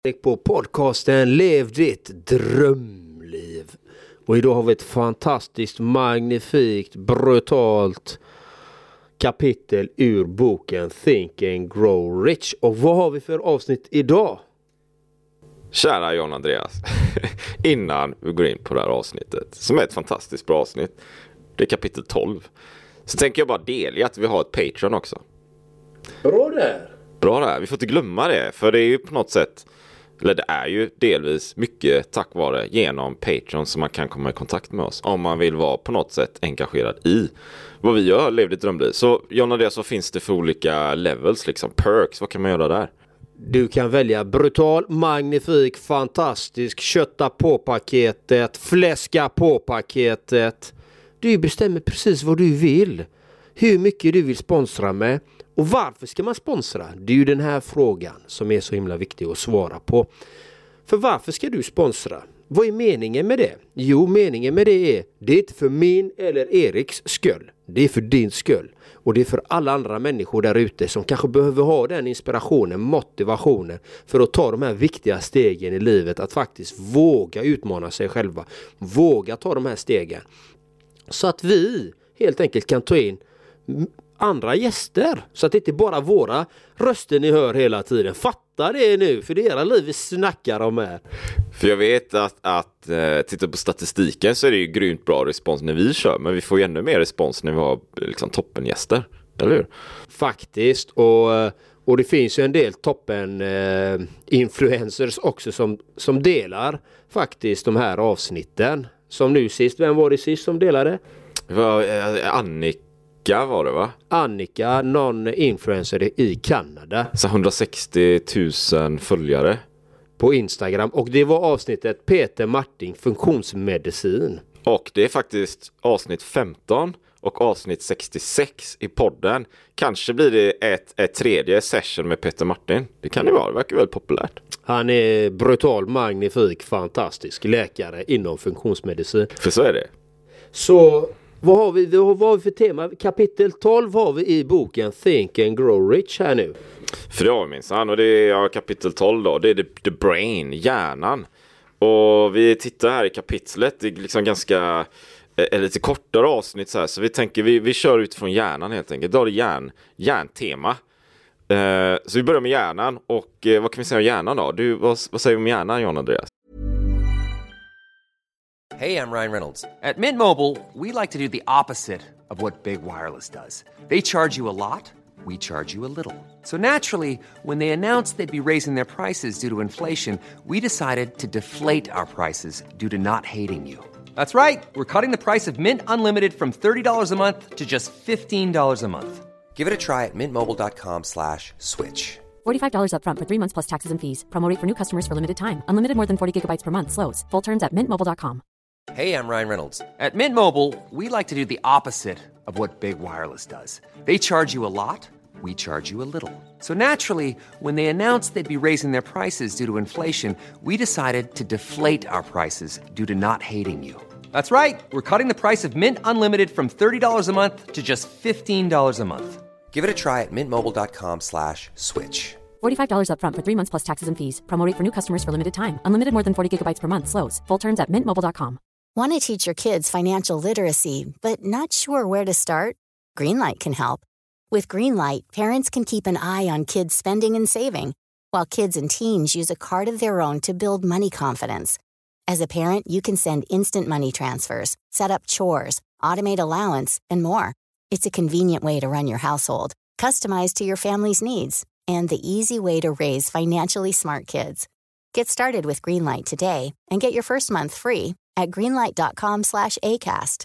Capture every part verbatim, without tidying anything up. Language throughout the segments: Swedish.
På podcasten Lev ditt drömliv. Och idag har vi ett fantastiskt, magnifikt, brutalt kapitel ur boken Think and Grow Rich. Och vad har vi för avsnitt idag? Kära John Andreas, innan vi går in på det här avsnittet, som är ett fantastiskt bra avsnitt, det är kapitel tolv, så tänker jag bara delge att vi har ett Patreon också. Bra där. Bra där, vi får inte glömma det, för det är ju på något sätt, eller det är ju delvis mycket tack vare genom Patreon som man kan komma i kontakt med oss om man vill vara på något sätt engagerad i vad vi gör, Lev ditt drömliv. Så John Andreas, så finns det för olika levels liksom, perks, vad kan man göra där? Du kan välja brutal, magnifik, fantastisk, kötta på paketet, fläska på paketet. Du bestämmer precis vad du vill. Hur mycket du vill sponsra med. Och varför ska man sponsra? Det är ju den här frågan som är så himla viktig att svara på. För varför ska du sponsra? Vad är meningen med det? Jo, meningen med det är, det är inte för min eller Eriks skull. Det är för din skull. Och det är för alla andra människor där ute som kanske behöver ha den inspirationen, motivationen för att ta de här viktiga stegen i livet. Att faktiskt våga utmana sig själva. Våga ta de här stegen. Så att vi helt enkelt kan ta in andra gäster. Så att det inte bara våra röster ni hör hela tiden. Fatta det nu, för det är era liv vi snackar om här. För jag vet att, att eh, titta på statistiken så är det ju grymt bra respons när vi kör. Men vi får ju ännu mer respons när vi har liksom toppengäster, eller hur? Faktiskt, och, och det finns ju en del toppen eh, influencers också som, som delar faktiskt de här avsnitten. Som nu sist, vem var det sist som delade? Det var eh, Annika var det, va? Annika, någon influencer i Kanada. Så hundrasextio tusen följare på Instagram. Och det var avsnittet Peter Martin, funktionsmedicin. Och det är faktiskt avsnitt femton och avsnitt sextiosex i podden. Kanske blir det ett, ett tredje session med Peter Martin. Det kan det vara, det verkar väldigt populärt. Han är brutal, magnifik, fantastisk läkare inom funktionsmedicin. För så är det. Så vad har vi, vad har vi för tema? Kapitel tolv har vi i boken Think and Grow Rich här nu. För det har vi minsann, och det är ja, kapitel tolv då. Det är the, the brain, hjärnan. Och vi tittar här i kapitlet, det är liksom ganska eh, lite kortare avsnitt så här. Så vi tänker, vi, vi kör utifrån hjärnan helt enkelt. Då har det hjärn, hjärntema. Eh, så vi börjar med hjärnan. Och eh, vad kan vi säga om hjärnan då? Du, vad, vad säger vi om hjärnan, John Andreas? Hey, I'm Ryan Reynolds. At Mint Mobile, we like to do the opposite of what Big Wireless does. They charge you a lot, we charge you a little. So naturally, when they announced they'd be raising their prices due to inflation, we decided to deflate our prices due to not hating you. That's right. We're cutting the price of Mint Unlimited from thirty dollars a month to just fifteen dollars a month. Give it a try at mintmobile.com slash switch. forty-five dollars up front for three months plus taxes and fees. Promo rate for new customers for limited time. Unlimited more than forty gigabytes per month. Slows full terms at mint mobile dot com. Hey, I'm Ryan Reynolds. At Mint Mobile, we like to do the opposite of what Big Wireless does. They charge you a lot, we charge you a little. So naturally, when they announced they'd be raising their prices due to inflation, we decided to deflate our prices due to not hating you. That's right. We're cutting the price of Mint Unlimited from thirty dollars a month to just fifteen dollars a month. Give it a try at mintmobile.com slash switch. forty-five dollars up front for three months plus taxes and fees. Promo rate for new customers for limited time. Unlimited more than forty gigabytes per month. Slows full terms at mint mobile dot com. Want to teach your kids financial literacy, but not sure where to start? Greenlight can help. With Greenlight, parents can keep an eye on kids' spending and saving, while kids and teens use a card of their own to build money confidence. As a parent, you can send instant money transfers, set up chores, automate allowance, and more. It's a convenient way to run your household, customized to your family's needs, and the easy way to raise financially smart kids. Get started with Greenlight today and get your first month free at greenlight.com slash acast.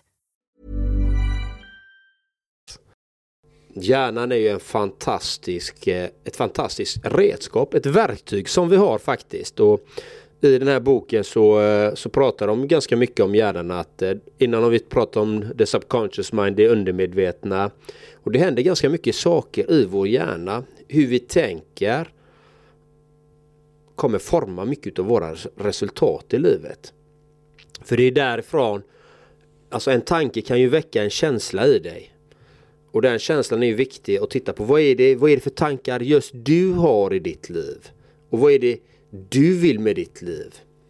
Hjärnan är ju en fantastisk, ett fantastiskt redskap, ett verktyg som vi har faktiskt. Och i den här boken så, så pratar de ganska mycket om hjärnan. Att innan har vi pratat om the subconscious mind, det undermedvetna. Och det händer ganska mycket saker i vår hjärna. Hur vi tänker kommer forma mycket av våra resultat i livet. För det är därifrån, alltså en tanke kan ju väcka en känsla i dig. Och den känslan är ju viktig att titta på. Vad är det, vad är det för tankar just du har i ditt liv? Och vad är det du vill med ditt liv.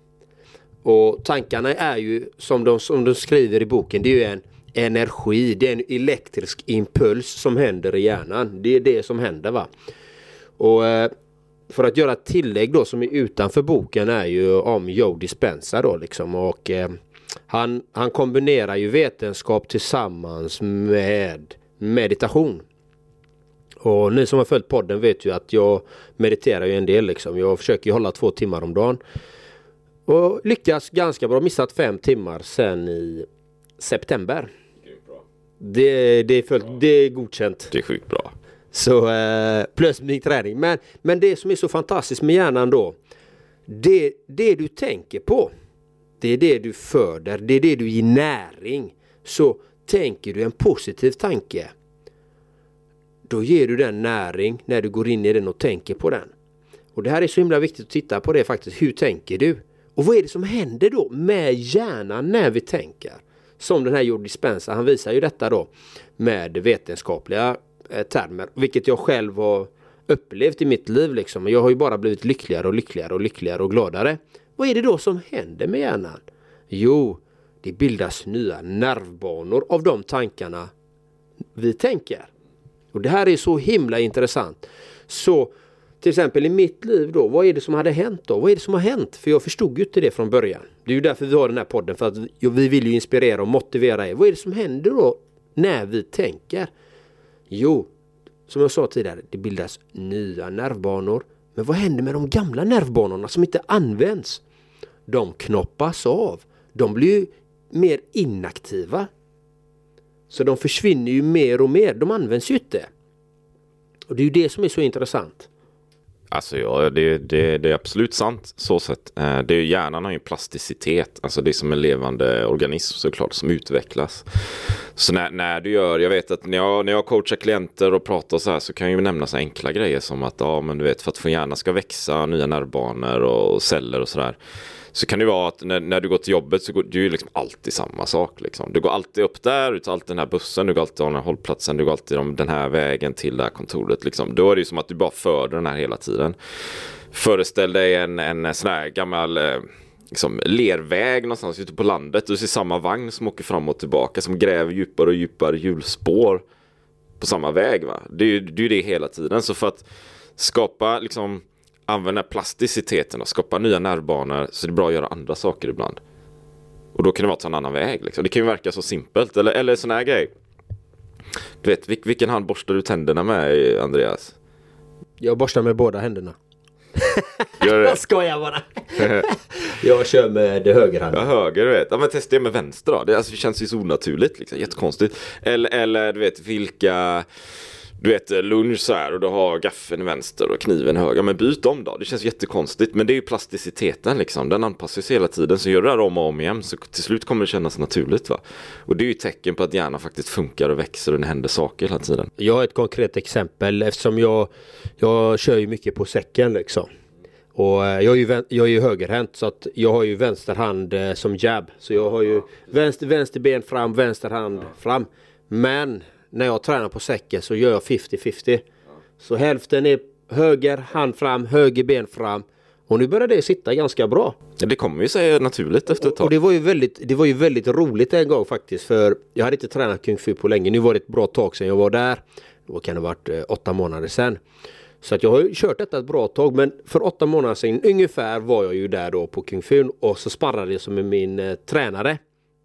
Och tankarna är ju, som de, som de skriver i boken, det är ju en energi, det är en elektrisk impuls som händer i hjärnan. Det är det som händer, va. Och eh, för att göra ett tillägg då som är utanför boken är ju om Joe Dispenza då liksom. Och eh, han, han kombinerar ju vetenskap tillsammans med meditation. Och ni som har följt podden vet ju att jag mediterar ju en del liksom. Jag försöker ju hålla två timmar om dagen. Och lyckas ganska bra. Missat fem timmar sen i september. Det, det, är följt, det är godkänt. Det är sjukt bra. Så eh, plus min träning. Men, men det som är så fantastiskt med hjärnan då. Det, det du tänker på. Det är det du föder. Det är det du ger näring. Så tänker du en positiv tanke. Då ger du den näring när du går in i den och tänker på den. Och det här är så himla viktigt att titta på det faktiskt. Hur tänker du? Och vad är det som händer då med hjärnan när vi tänker? Som den här Joe Dispenza, han visar ju detta då med vetenskapliga eh, termer. Vilket jag själv har upplevt i mitt liv liksom. Jag har ju bara blivit lyckligare och lyckligare och lyckligare och gladare. Vad är det då som händer med hjärnan? Jo, det bildas nya nervbanor av de tankarna vi tänker. Och det här är så himla intressant. Så till exempel i mitt liv då, vad är det som hade hänt då? Vad är det som har hänt? För jag förstod ju inte det från början. Det är ju därför vi har den här podden, för att vi vill ju inspirera och motivera er. Vad är det som händer då när vi tänker? Jo, som jag sa tidigare, det bildas nya nervbanor. Men vad händer med de gamla nervbanorna som inte används? De knoppas av. De blir ju mer inaktiva. Så de försvinner ju mer och mer. De används ju inte. Och det är ju det som är så intressant. Alltså ja, det, det, det är absolut sant så sett. Det är ju, hjärnan har ju plasticitet. Alltså det är som en levande organism såklart som utvecklas. Så när, när du gör, jag vet att när jag, när jag coachar klienter och pratar så här så kan jag ju nämna så enkla grejer som att ja men du vet för att få hjärnan ska växa, nya nervbanor och celler och sådär. Så kan det vara att när, när du går till jobbet så går det ju liksom alltid samma sak. Liksom. Du går alltid upp där, du tar alltid den här bussen, du går alltid av den här hållplatsen, du går alltid om den här vägen till det här kontoret. Liksom. Då är det ju som att du bara för den här hela tiden. Föreställ dig en, en sån här gammal liksom, lerväg någonstans ute på landet. Du ser samma vagn som åker fram och tillbaka, som gräver djupare och djupare hjulspår på samma väg. Va? Det är ju det, är det hela tiden. Så för att skapa liksom... använda plasticiteten och skapa nya nervbanor så det är bra att göra andra saker ibland. Och då kan det vara ta en annan väg. Liksom. Det kan ju verka så simpelt. Eller, eller sån här grej. Du vet, vil- vilken hand borstar du tänderna med, Andreas? Jag borstar med båda händerna. Gör det? Jag skojar bara. Jag kör med det högerhanden. Ja, höger, du vet. Ja, men testa det med vänster då. Det, alltså, det känns ju så onaturligt. Liksom. Jättekonstigt. Eller, eller, du vet, vilka... Du vet, lunch så här och du har gaffeln i vänster och kniven i höger. Men byt om då. Det känns jättekonstigt. Men det är ju plasticiteten liksom. Den anpassar sig hela tiden. Så gör det här om och om igen. Så till slut kommer det kännas naturligt, va? Och det är ju tecken på att hjärnan faktiskt funkar och växer och det händer saker hela tiden. Jag har ett konkret exempel eftersom jag, jag kör ju mycket på säcken liksom. Och jag är ju, jag är ju högerhänt så att jag har ju vänster hand eh, som jab. Så jag har ju vänster, vänster ben fram, vänster hand fram. Men... när jag tränar på säcken så gör jag femtio femtio. Så hälften är höger hand fram, höger ben fram. Och nu börjar det sitta ganska bra. Det kommer ju säga naturligt efter ett tag. Och det var ju väldigt, det var ju väldigt roligt en gång faktiskt. För jag hade inte tränat kung fu på länge. Nu var det ett bra tag sedan jag var där. Då kan det ha varit eh, åtta månader sedan. Så att jag har ju kört detta ett bra tag. Men för åtta månader sedan ungefär var jag ju där då på kung fu. Och så sparrade jag som med min eh, tränare.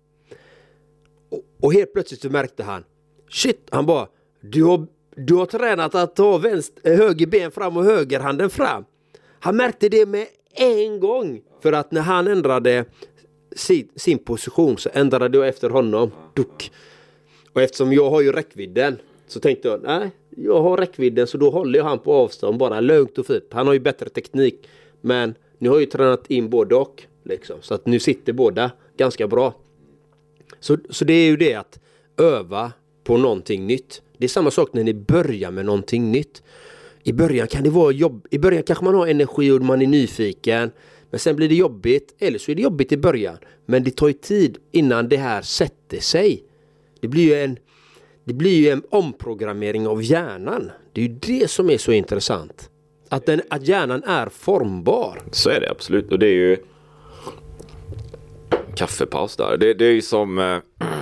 Och, och helt plötsligt så märkte han. Shit, han bara, du har, du har tränat att ta vänster, höger ben fram och högerhanden fram. Han märkte det med en gång. För att när han ändrade sin, sin position så ändrade jag efter honom. Duk. Och eftersom jag har ju räckvidden så tänkte jag, nej, jag har räckvidden så då håller jag han på avstånd bara lugnt och fint. Han har ju bättre teknik. Men nu har jag ju tränat in både och. Liksom, så att nu sitter båda ganska bra. Så, så det är ju det att öva på någonting nytt. Det är samma sak när ni börjar med någonting nytt. I början kan det vara jobb. I början kanske man har energi och man är nyfiken. Men sen blir det jobbigt. Eller så är det jobbigt i början. Men det tar ju tid innan det här sätter sig. Det blir ju en, det blir ju en omprogrammering av hjärnan. Det är ju det som är så intressant. Att, den, att hjärnan är formbar. Så är det absolut. Och det är ju kaffepaus där. Det, det är ju som eh,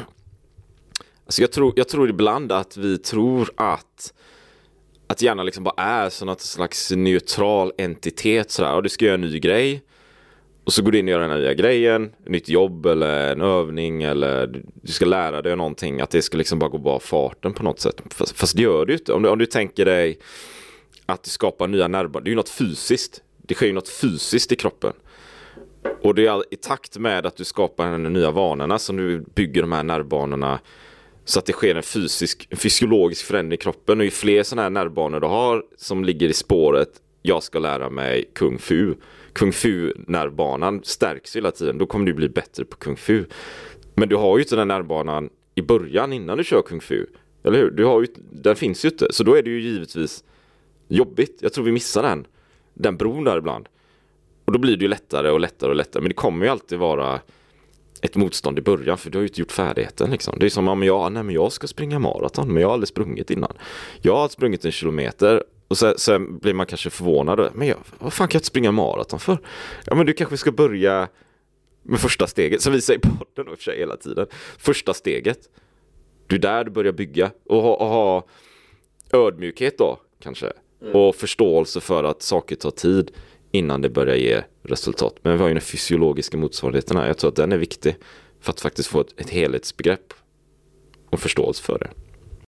alltså jag tror, jag tror ibland att vi tror att att hjärnan liksom bara är så något slags neutral entitet sådär. Och du ska göra en ny grej. Och så går du in och gör den här nya grejen. Ett nytt jobb eller en övning. Eller du ska lära dig någonting. Att det ska liksom bara gå bara farten på något sätt. Fast, fast det gör du inte. Om du, om du tänker dig att du skapar nya nervbanor. Det är ju något fysiskt. Det sker ju något fysiskt i kroppen. Och det är all, i takt med att du skapar de nya vanorna. Som du bygger de här nervbanorna. Så att det sker en fysisk, en fysiologisk förändring i kroppen. Och ju fler sådana här nervbanor du har som ligger i spåret. Jag ska lära mig kung fu. Kung fu-nervbanan stärks hela tiden. Då kommer du bli bättre på kung fu. Men du har ju inte den nervbanan i början innan du kör kung fu. Eller hur? Du har ju, den finns ju inte. Så då är det ju givetvis jobbigt. Jag tror vi missar den. Den bron där ibland. Och då blir det ju lättare och lättare och lättare. Men det kommer ju alltid vara ett motstånd i början. För du har ju inte gjort färdigheten liksom. Det är som om jag, nej, men jag ska springa maraton. Men jag har aldrig sprungit innan. Jag har sprungit en kilometer. Och sen, sen blir man kanske förvånad. Men jag, vad fan kan jag inte springa maraton för? Ja, men du kanske ska börja med första steget. Som vi säger på podden och för sig hela tiden. Första steget. Du är där du börjar bygga. Och ha, och ha ödmjukhet då kanske. Mm. Och förståelse för att saker tar tid innan det börjar ge resultat. Men vi har ju den fysiologiska motsvarigheten här. Jag tror att den är viktig för att faktiskt få ett, ett helhetsbegrepp och förståelse för det.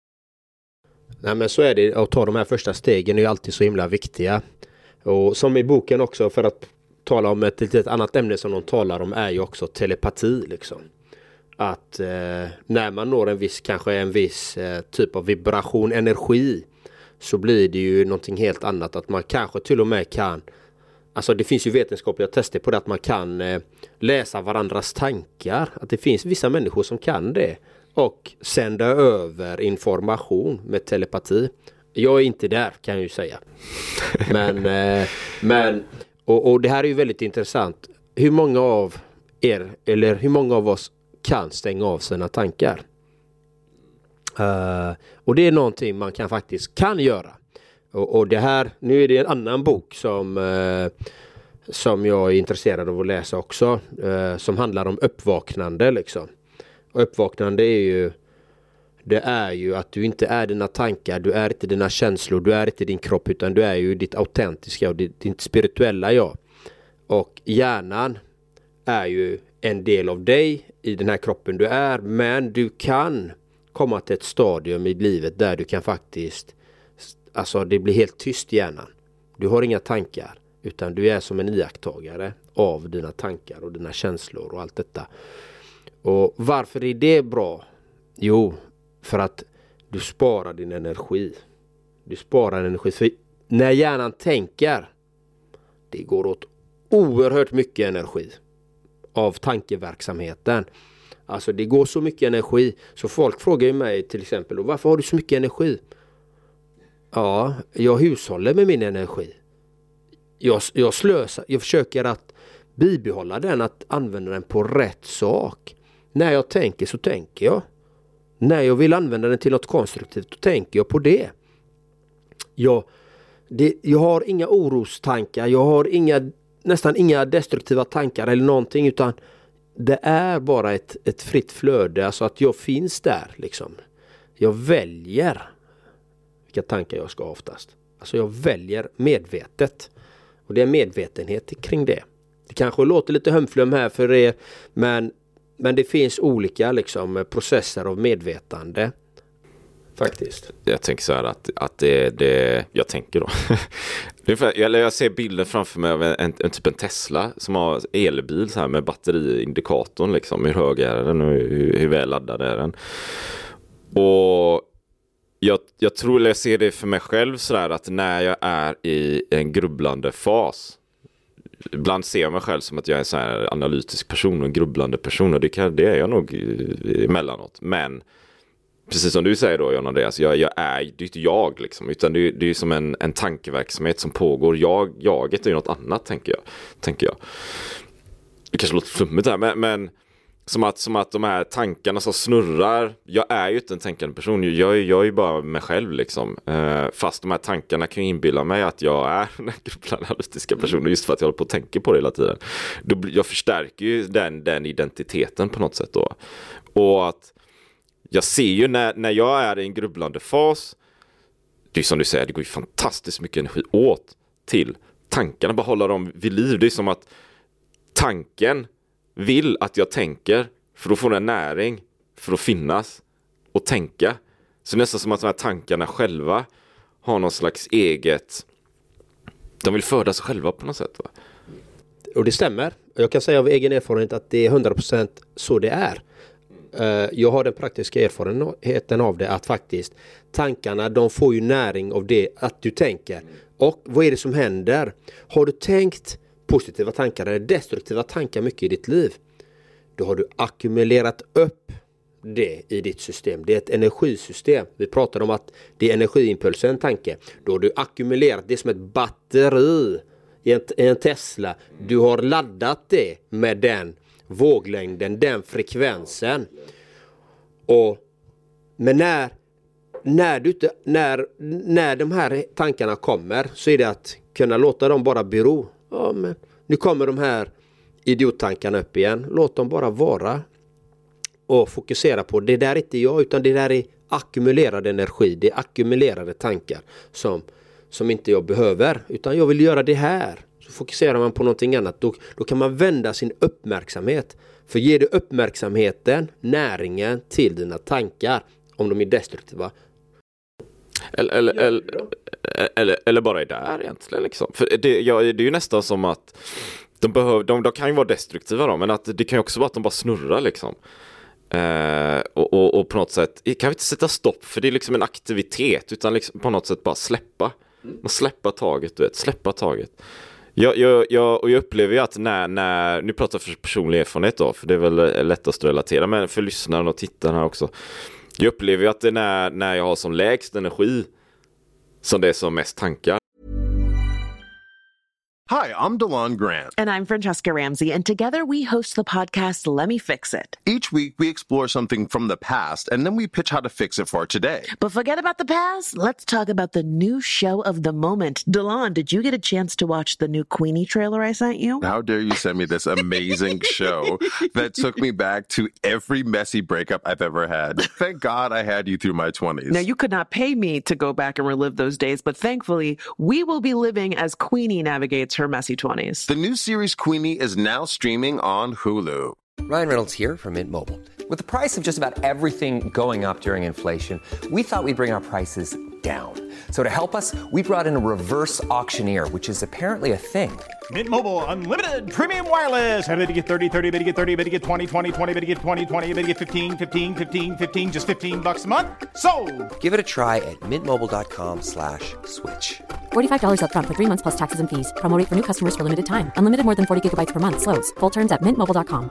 Nej, men så är det. Att ta de här första stegen är ju alltid så himla viktiga. Och som i boken också, för att tala om ett, ett annat ämne som de talar om, är ju också telepati liksom. Att eh, när man når en viss, kanske en viss eh, typ av vibration, energi, så blir det ju någonting helt annat. Att man kanske till och med kan, alltså det finns ju vetenskapliga tester på det, att man kan eh, läsa varandras tankar. Att det finns vissa människor som kan det. Och sända över information med telepati. Jag är inte där, kan jag ju säga. Men, eh, men och, och det här är ju väldigt intressant. Hur många av er, eller hur många av oss kan stänga av sina tankar? Uh, och det är någonting man kan faktiskt kan göra. Och, och det här, nu är det en annan bok som, uh, som jag är intresserad av att läsa också. Uh, som handlar om uppvaknande liksom. Och uppvaknande är ju, det är ju att du inte är dina tankar, du är inte dina känslor, du är inte din kropp, utan du är ju ditt autentiska och ditt, ditt spirituella jag. Och hjärnan är ju en del av dig i den här kroppen du är, men du kan komma till ett stadium i livet där du kan faktiskt, alltså det blir helt tyst i hjärnan. Du har inga tankar, utan du är som en iakttagare av dina tankar och dina känslor och allt detta. Och varför är det bra? Jo, för att du sparar din energi. Du sparar energi. För när hjärnan tänker, det går åt oerhört mycket energi av tankeverksamheten. Alltså det går så mycket energi. Så folk frågar ju mig till exempel, varför har du så mycket energi? Ja, jag hushåller med min energi. Jag, jag slösar, jag försöker att bibehålla den, att använda den på rätt sak. När jag tänker så tänker jag. När jag vill använda den till något konstruktivt, då tänker jag på det. Jag, det, jag har inga orostankar. Jag har inga, nästan inga destruktiva tankar eller någonting. Utan det är bara ett, ett fritt flöde. Alltså att jag finns där liksom. Jag väljer vilka tankar jag ska ha oftast. Alltså jag väljer medvetet. Och det är medvetenhet kring det. Det kanske låter lite hömflum här för er. Men Men det finns olika liksom, processer av medvetande. Faktiskt. Jag tänker så här att, att det, det jag tänker då. Eller jag ser bilden framför mig av en, en, en typ en Tesla som har elbil så här med batteriindikatorn liksom. Hur hög är den och hur, hur väl laddad är den. Och jag, jag tror, eller jag ser det för mig själv så där, att när jag är i en grubblande fas. Ibland ser jag mig själv som att jag är en sån här analytisk person och en grubblande person. Och det, kan, det är jag nog emellanåt. Men precis som du säger då, John Andreas, jag, jag är, det är inte jag liksom. Utan det, det är som en, en tankeverksamhet som pågår. Jag, jaget är ju något annat, tänker jag. Tänker jag. Det kanske låter flummigt här, men, men Som att, som att de här tankarna som snurrar, jag är ju inte en tänkande person, jag, jag är ju bara mig själv liksom. Eh, fast de här tankarna kan ju inbilla mig att jag är den gruppanalytiska personen just för att jag håller på att tänka på det hela tiden. Då, jag förstärker ju den, den identiteten på något sätt då. Och att jag ser ju när, när jag är i en grubblande fas, det är som du säger, det går ju fantastiskt mycket energi åt till tankarna, bara hålla dem vid liv. Det är som att tanken vill att jag tänker för att få en näring, för att finnas och tänka. Så nästan som att de här tankarna själva har någon slags eget, de vill föda sig själva på något sätt, va? Och det stämmer. Jag kan säga av egen erfarenhet att det är hundra procent så det är. Jag har den praktiska erfarenheten av det, att faktiskt tankarna, de får ju näring av det att du tänker. Och vad är det som händer? Har du tänkt positiva tankar eller destruktiva tankar mycket i ditt liv, då har du ackumulerat upp det i ditt system. Det är ett energisystem. Vi pratar om att det är energiimpulsen, en tanke. Då har du ackumulerat det som ett batteri i en, i en Tesla. Du har laddat det med den våglängden, den frekvensen. Och men när när du när när de här tankarna kommer, så är det att kunna låta dem bara bero. Ja, men nu kommer de här idiottankarna upp igen. Låt dem bara vara och fokusera på det där är inte jag, utan det där är ackumulerad energi, det är ackumulerade tankar som som inte jag behöver, utan jag vill göra det här. Så fokuserar man på någonting annat, då, då kan man vända sin uppmärksamhet. För ger du uppmärksamheten, näringen till dina tankar, om de är destruktiva. Eller, eller, eller, eller, eller bara är där egentligen liksom. För det, ja, det är ju nästan som att de, behöver, de, de kan ju vara destruktiva då, men att det kan ju också vara att de bara snurrar liksom. Eh, och, och, och på något sätt kan vi inte sätta stopp, för det är liksom en aktivitet, utan liksom på något sätt bara släppa. Man släppa taget, du vet, släppa taget. Jag, jag, jag, och jag upplever ju att när, när, nu pratar jag för personlig erfarenhet då, för det är väl lättast att relatera, men för lyssnarna och tittarna också. Jag upplever ju att det är när, när jag har som lägst energi som det är som mest tankar. Hi, I'm DeLon Grant. And I'm Francesca Ramsey, and together we host the podcast Let Me Fix It. Each week we explore something from the past, and then we pitch how to fix it for today. But forget about the past. Let's talk about the new show of the moment. DeLon, did you get a chance to watch the new Queenie trailer I sent you? How dare you send me this amazing show that took me back to every messy breakup I've ever had. Thank God I had you through my twenties. Now, you could not pay me to go back and relive those days, but thankfully, we will be living as Queenie navigates her messy twenties. The new series Queenie is now streaming on Hulu. Ryan Reynolds here from Mint Mobile. With the price of just about everything going up during inflation, we thought we'd bring our prices down. So to help us, we brought in a reverse auctioneer, which is apparently a thing. Mint Mobile Unlimited Premium Wireless. How to get thirty, thirty, how to get thirty, how to get twenty, twenty, twenty, how to get twenty, twenty, how to get fifteen, fifteen, fifteen, fifteen, just fifteen bucks a month? Sold! Give it a try at mintmobile.com slash switch. forty-five dollars up front for three months plus taxes and fees. Promo rate for new customers for limited time. Unlimited more than forty gigabytes per month. Slows full terms at mint mobile dot com.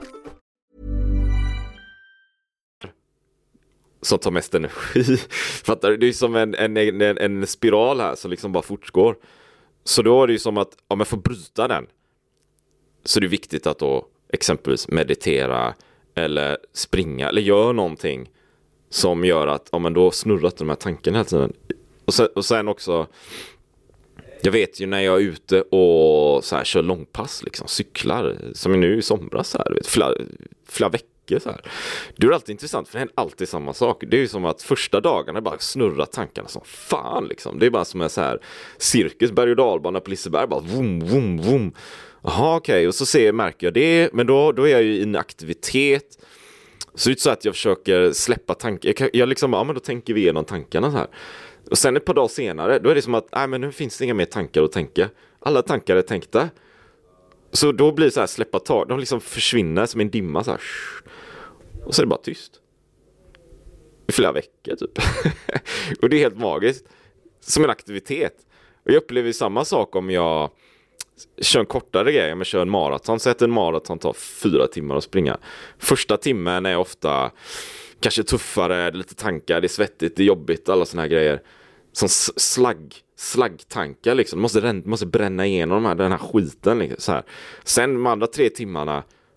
Som tar mest energi. Fattar du? Det är som en, en, en, en spiral här som liksom bara fortgår. Så då är det ju som att om jag får bryta den, så är det viktigt att då exempelvis meditera eller springa eller göra någonting som gör att ja, men då snurrar de här tankarna hela tiden. Och sen, och sen också, jag vet ju när jag är ute och så här, kör långpass, liksom, cyklar, som nu i somras, så här, vet, flera, flera veckor så här. Det är alltid intressant, för det händer alltid samma sak. Det är ju som att första dagarna bara snurrar tankarna som fan liksom. Det är bara som en så här cirkus, berg- och dalbana på Liseberg, bara vum, vum, vum. Jaha, okej, okay. Och så ser, märker jag det, men då, då är jag ju i en aktivitet. Så det är så att jag försöker släppa tankar. Jag, jag liksom, ja men då tänker vi igenom tankarna så här. Och sen ett par dagar senare, då är det som att nej, men nu finns det inga mer tankar att tänka. Alla tankar är tänkta. Så då blir det så här, släppa tag. De liksom försvinner som en dimma så här. Och så är det bara tyst. I flera veckor typ. Och det är helt magiskt. Som en aktivitet. Och jag upplever samma sak om jag kör en kortare grej. Om jag kör en maraton. Så att en maraton tar fyra timmar att springa. Första timmen är ofta kanske tuffare, lite tankar, det är svettigt, det är jobbigt, alla såna här grejer. Som slagg, slaggtankar liksom. Du måste, måste bränna igenom de här, den här skiten liksom, så här. Sen de andra tre timmarna,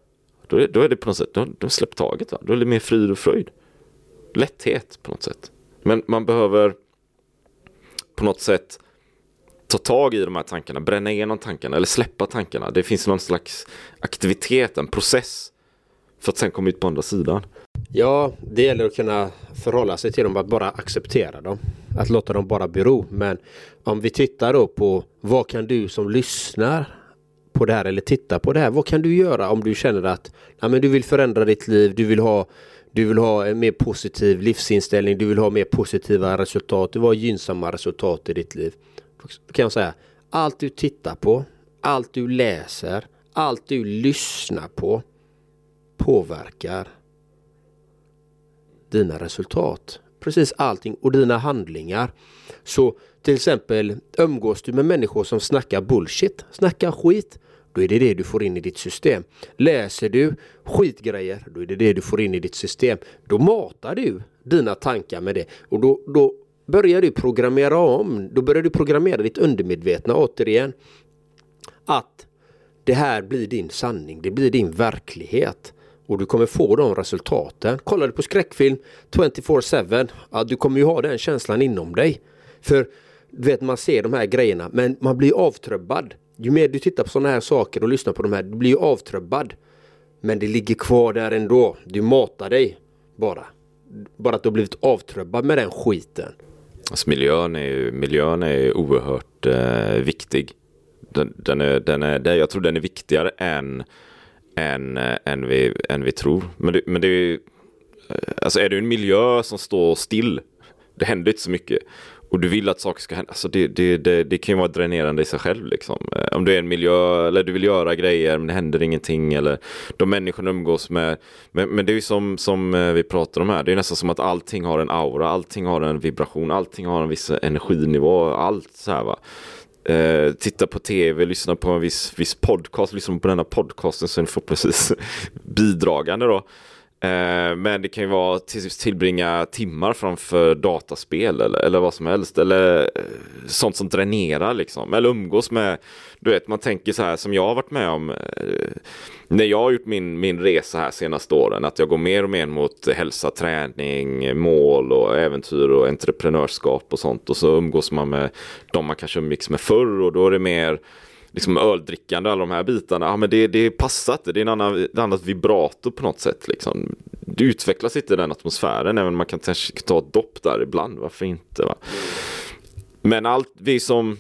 Då är, då är det på något sätt, då, då släpper taget. Va? Då är det mer frid och fröjd. Lätthet på något sätt. Men man behöver på något sätt ta tag i de här tankarna, bränna igenom tankarna eller släppa tankarna. Det finns någon slags aktivitet, en process för att sen komma ut på andra sidan. Ja, det gäller att kunna förhålla sig till dem, att bara acceptera dem. Att låta dem bara bero. Men om vi tittar då på vad kan du som lyssnar på det här eller tittar på det här, vad kan du göra om du känner att ja, men du vill förändra ditt liv, du vill ha Du vill ha en mer positiv livsinställning, du vill ha mer positiva resultat, du vill ha gynnsamma resultat i ditt liv. Då kan jag säga, allt du tittar på, allt du läser, allt du lyssnar på påverkar dina resultat. Precis allting och dina handlingar. Så till exempel umgås du med människor som snackar bullshit, snackar skit, då är det det du får in i ditt system. Läser du skitgrejer, då är det det du får in i ditt system. Då matar du dina tankar med det. Och då, då börjar du programmera om. Då börjar du programmera ditt undermedvetna återigen. Att det här blir din sanning. Det blir din verklighet. Och du kommer få de resultaten. Kollar du på skräckfilm tjugofyra sju. Ja, du kommer ju ha den känslan inom dig. För du vet, man ser de här grejerna. Men man blir avtrubbad. Ju mer du tittar på sådana här saker och lyssnar på de här, du blir ju avtrubbad. Men det ligger kvar där ändå. Du matar dig bara. Bara att du har blivit avtrubbad med den skiten. Alltså miljön är ju, miljön är ju oerhört eh, viktig. Den, den är, den är, jag tror den är viktigare än, än, än, vi, än vi tror. Men det, men det är ju, alltså är det en miljö som står still, det händer inte så mycket. Och du vill att saker ska hända. Alltså det, det, det, det kan ju vara dränerande i sig själv. Liksom. Om du är en miljö eller du vill göra grejer men det händer ingenting. Eller de människorna umgås med. Men, men det är ju som, som vi pratar om här. Det är nästan som att allting har en aura. Allting har en vibration. Allting har en viss energinivå. Allt så här va. Eh, titta på tv, lyssna på en viss, viss podcast. Lyssna på den här podcasten så är det förhoppningsvis bidragande då. Men det kan ju vara till, tillbringa timmar framför dataspel eller, eller vad som helst. Eller sånt som dränerar liksom. Eller umgås med, du vet, man tänker så här som jag har varit med om när jag har gjort min, min resa här senaste åren. Att jag går mer och mer mot hälsa, träning, mål och äventyr och entreprenörskap och sånt. Och så umgås man med de man kanske umgicks med förr och då är det mer liksom öldrickande, alla de här bitarna. Ja, men det, det passar inte. Det är en annan, ett annat vibrato på något sätt. Liksom. Det utvecklas inte i den atmosfären. Även man kan ta ett dopp där ibland. Varför inte? Va? Men allt vi som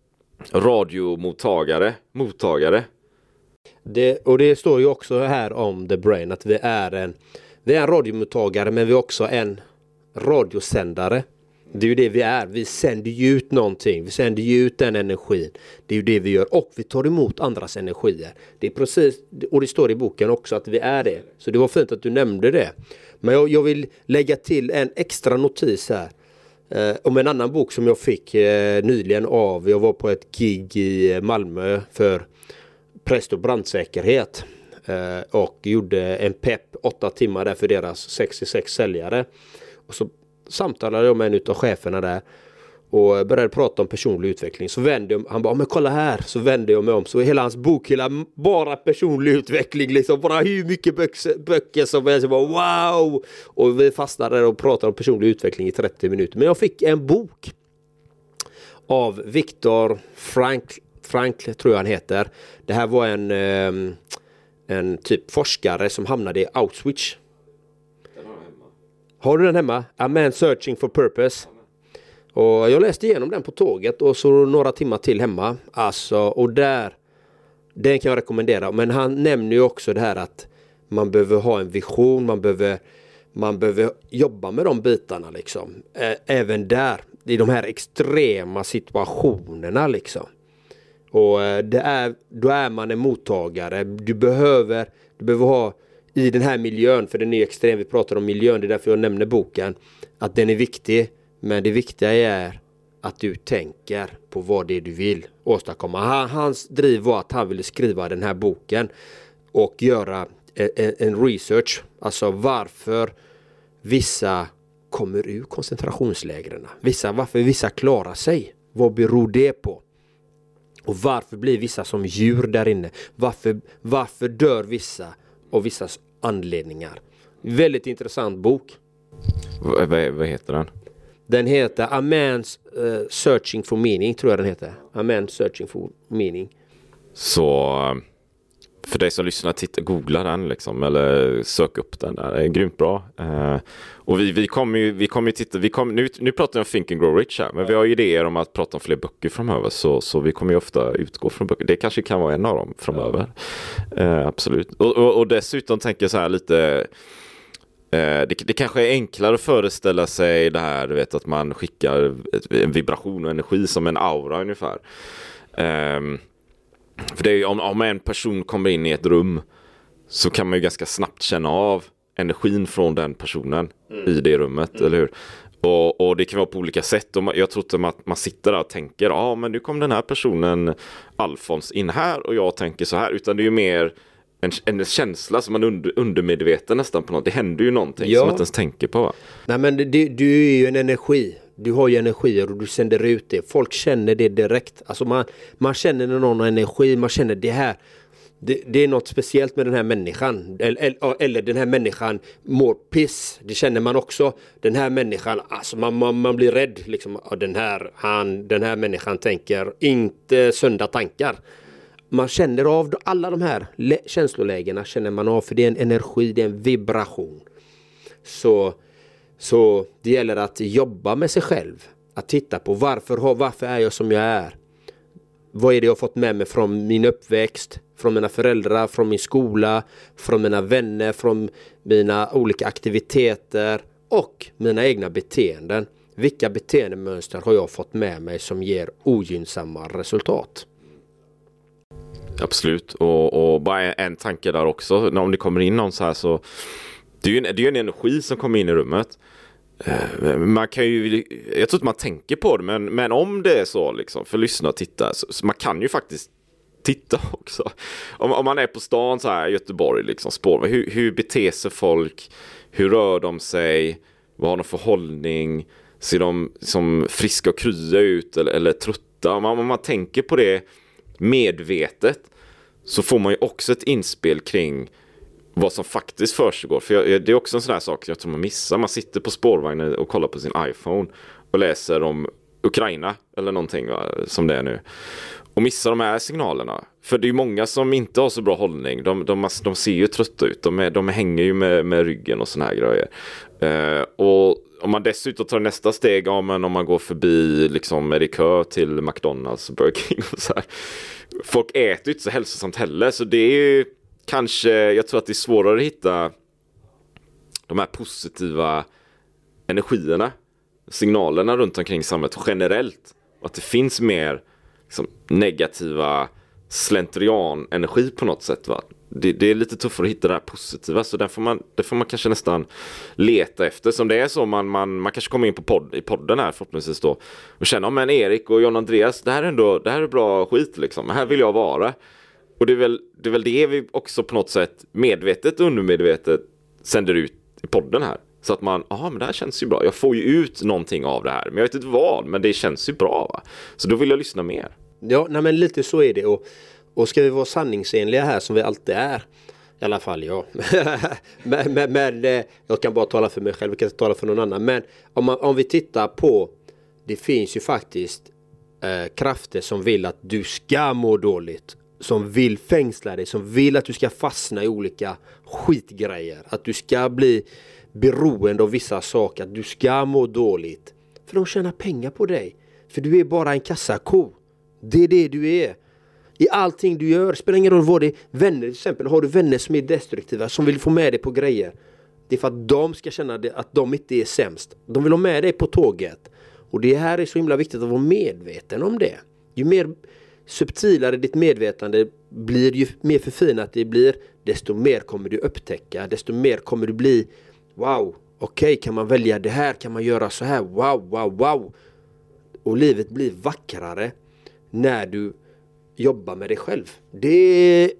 radiomottagare, mottagare. Det, och det står ju också här om The Brain att vi är en, vi är en radiomottagare men vi är också en radiosändare. Det är ju det vi är. Vi sänder ju ut någonting. Vi sänder ju ut den energin. Det är ju det vi gör. Och vi tar emot andras energier. Det är precis, och det står i boken också att vi är det. Så det var fint att du nämnde det. Men jag, jag vill lägga till en extra notis här. Eh, om en annan bok som jag fick eh, nyligen av. Jag var på ett gig i Malmö för präst och brandsäkerhet. Eh, och gjorde en pepp åtta timmar där för deras sextiosex säljare. Och så samtalade jag med en utav cheferna där och började prata om personlig utveckling. Så vände jag, han bara, men kolla här. Så vände jag mig om. Så hela hans bokhylla bara personlig utveckling. Liksom bara hur mycket böcker, böcker som helst. Bara, wow! Och vi fastnade där och pratade om personlig utveckling i trettio minuter. Men jag fick en bok av Viktor Frankl, Frankl tror jag han heter. Det här var en, en typ forskare som hamnade i Auschwitz. Har du den hemma? A Man Searching for Purpose. Och jag läste igenom den på tåget och så några timmar till hemma. Alltså, och där, den kan jag rekommendera. Men han nämner ju också det här att man behöver ha en vision. Man behöver, man behöver jobba med de bitarna liksom. Även där, i de här extrema situationerna liksom. Och det är, då är man en mottagare. Du behöver, du behöver ha i den här miljön, för den är extrem, vi pratar om miljön, det är därför jag nämner boken, att den är viktig, men det viktiga är att du tänker på vad det är du vill åstadkomma. Han, hans driv var att han ville skriva den här boken och göra en, en research, alltså varför vissa kommer ur koncentrationslägren, vissa, varför vissa klarar sig, vad beror det på? Och varför blir vissa som djur där inne? Varför, varför dör vissa? av vissa anledningar. Väldigt intressant bok. V- v- vad heter den? Den heter A Man's uh, Searching for Meaning, tror jag den heter. A Man's Searching for Meaning. Så för dig som lyssnar, titta, googla den liksom, eller sök upp den där. Det är grymt bra. Uh, och vi, vi kommer ju, vi kommer ju titta, vi kommer, nu, nu pratar jag om Think and Grow Rich här, men vi har ju idéer om att prata om fler böcker framöver, så, så vi kommer ju ofta utgå från böcker. Det kanske kan vara en av dem framöver. Uh, absolut. Och, och, och dessutom tänker jag så här lite... Det, det kanske är enklare att föreställa sig det här, du vet, att man skickar en vibration och energi som en aura ungefär. Um, för det är, om, om en person kommer in i ett rum så kan man ju ganska snabbt känna av energin från den personen mm. i det rummet, mm. eller hur? Och, och det kan vara på olika sätt. Och man, jag tror inte att man sitter där och tänker, ja ah, men nu kom den här personen Alfons in här och jag tänker så här, utan det är ju mer En, en känsla som man under, undermedveten nästan på något. Det händer ju någonting ja. som man inte ens tänker på. Va? Nej, men det, du är ju en energi. Du har ju energier och du sänder ut det. Folk känner det direkt. Alltså man, man känner när någon har energi. Man känner det här. Det, det är något speciellt med den här människan. Eller, eller den här människan mår piss. Det känner man också. Den här människan, alltså man, man, man blir rädd. Liksom, den, här, han, den här människan tänker inte sunda tankar. Man känner av alla de här känslolägena, känner man av, för det är en energi, det är en vibration. Så, så det gäller att jobba med sig själv. Att titta på varför, varför är jag som jag är. Vad är det jag har fått med mig från min uppväxt, från mina föräldrar, från min skola, från mina vänner, från mina olika aktiviteter och mina egna beteenden. Vilka beteendemönster har jag fått med mig som ger ogynnsamma resultat? Absolut, och, och bara en tanke där också, om det kommer in någon så här, så det är ju en, det är en energi som kommer in i rummet. Man kan ju, jag tror inte man tänker på det, men, men om det är så liksom, för lyssna och titta, så, så man kan ju faktiskt titta också. Om, om man är på stan så här, Göteborg liksom, spår, hur, hur beter sig folk, hur rör de sig, vad har de för hållning, ser de som friska och krya ut eller, eller trötta? Om man, om man tänker på det medvetet, så får man ju också ett inspel kring vad som faktiskt försiggår. För jag, det är också en sån här sak jag tror man missar. Man sitter på spårvagnen och kollar på sin iPhone och läser om Ukraina eller någonting, va, som det är nu. Och missar de här signalerna. För det är ju många som inte har så bra hållning. De, de, de ser ju trötta ut. De, är, de hänger ju med, med ryggen och såna här grejer. Uh, och om man dessutom tar nästa steg, ja, men om man går förbi liksom, är det kö till McDonalds och Burger King och så här. Folk äter ju inte så hälsosamt heller, så det är ju kanske, jag tror att det är svårare att hitta de här positiva energierna, signalerna runt omkring samhället generellt, och att det finns mer liksom, negativa slentrian-energi på något sätt, va? Det, det är lite tuffare att hitta det här positiva, så där får man, det får man kanske nästan leta efter. Som det är så, man, man, man kanske kommer in på podd, i podden här förhoppningsvis då och känner, men Erik och John Andreas, det här är ändå, det här är bra skit liksom, här vill jag vara. Och det är väl det, är väl det vi också på något sätt medvetet och undermedvetet sänder ut i podden här. Så att man, ja men det här känns ju bra, jag får ju ut någonting av det här, men jag vet inte vad, men det känns ju bra, va? Så då vill jag lyssna mer. Ja, nej, men lite så är det. Och Och ska vi vara sanningsenliga här, som vi alltid är, i alla fall jag. men, men, men jag kan bara tala för mig själv, jag kan inte tala för någon annan. Men om, man, om vi tittar på, det finns ju faktiskt eh, krafter som vill att du ska må dåligt. Som vill fängsla dig, som vill att du ska fastna i olika skitgrejer. Att du ska bli beroende av vissa saker, att du ska må dåligt. För de tjänar pengar på dig. För du är bara en kassako. Det är det du är. I allting du gör, spelar ingen roll vad det är. Vänner till exempel, har du vänner som är destruktiva, som vill få med dig på grejer. Det är för att de ska känna det, att de inte är sämst. De vill ha med dig på tåget. Och det här är så himla viktigt att vara medveten om det. Ju mer subtilare ditt medvetande blir, ju mer förfinat det blir, desto mer kommer du upptäcka. Desto mer kommer du bli, wow, okej, okay, kan man välja det här? Kan man göra så här? Wow, wow, wow. Och livet blir vackrare när du jobba med dig själv. Det är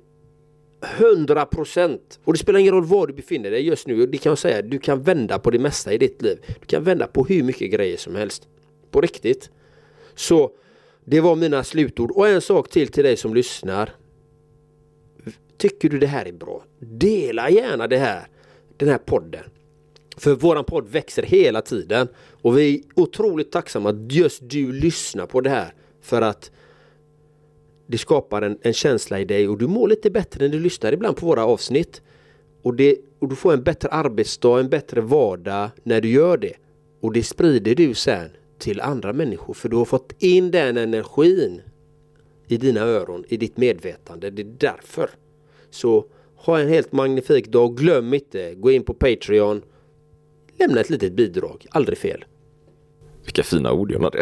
hundra procent. Och det spelar ingen roll var du befinner dig just nu. Det kan jag säga, du kan vända på det mesta i ditt liv. Du kan vända på hur mycket grejer som helst. På riktigt. Så det var mina slutord. Och en sak till till dig som lyssnar. tycker du det här är bra? Dela gärna det här, den här podden. För våran podd växer hela tiden. Och vi är otroligt tacksamma att just du lyssnar på det här. För att det skapar en, en känsla i dig. Och du mår lite bättre när du lyssnar ibland på våra avsnitt. Och, det, och du får en bättre arbetsdag, en bättre vardag när du gör det. Och det sprider du sen till andra människor. För du har fått in den energin i dina öron, i ditt medvetande. Det är därför. Så ha en helt magnifik dag. Glöm inte, gå in på Patreon. Lämna ett litet bidrag, aldrig fel. Vilka fina ord, Jonas.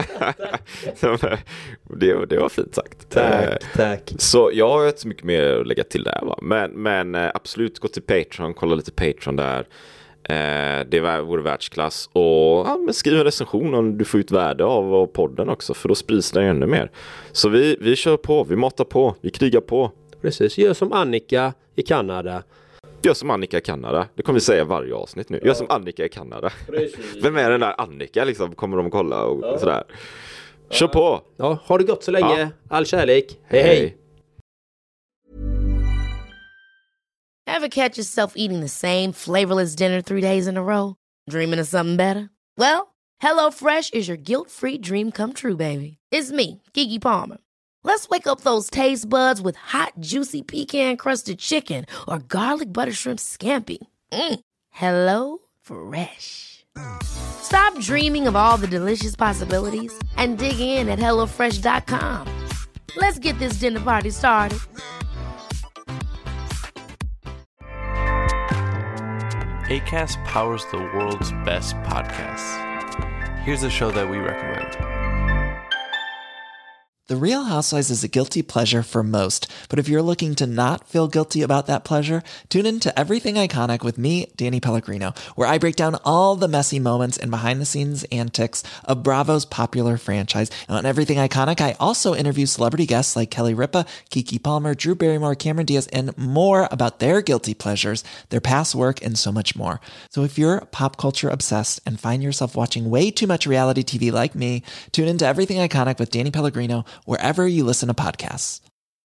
det, det var fint sagt. Tack, tack. Så jag har inte så mycket mer att lägga till där. Va? Men, men absolut, gå till Patreon, kolla lite Patreon där. Det vore världsklass. Och ja, men skriv en recension om du får ut värde av, av podden också. För då sprids det ännu mer. Så vi, vi kör på, vi matar på, vi krigar på. Precis, gör som Annika i Kanada. Gör som Annika i Kanada. Det kommer vi säga varje avsnitt nu. Gör som Annika i Kanada. Precis. Vem är den där Annika liksom? Kommer de att kolla och ja. sådär. Kör på! Ja, har det gott så länge. Ja. All kärlek. Hej, hej! hej. Ever catch yourself eating the same flavorless dinner three days in a row? Dreaming of something better? Well, HelloFresh is your guilt-free dream come true, baby. It's me, Keke Palmer. Let's wake up those taste buds with hot, juicy pecan-crusted chicken or garlic butter shrimp scampi. Mm. Hello Fresh. Stop dreaming of all the delicious possibilities and dig in at hello fresh dot com. Let's get this dinner party started. Acast powers the world's best podcasts. Here's a show that we recommend. The Real Housewives is a guilty pleasure for most, but if you're looking to not feel guilty about that pleasure, tune in to Everything Iconic with me, Danny Pellegrino, where I break down all the messy moments and behind-the-scenes antics of Bravo's popular franchise. And on Everything Iconic, I also interview celebrity guests like Kelly Ripa, Keke Palmer, Drew Barrymore, Cameron Diaz, and more about their guilty pleasures, their past work, and so much more. So if you're pop culture obsessed and find yourself watching way too much reality T V like me, tune in to Everything Iconic with Danny Pellegrino, wherever you listen to podcasts.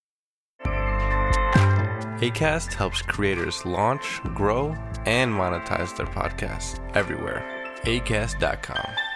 Acast helps creators launch, grow, and monetize their podcasts everywhere. acast dot com.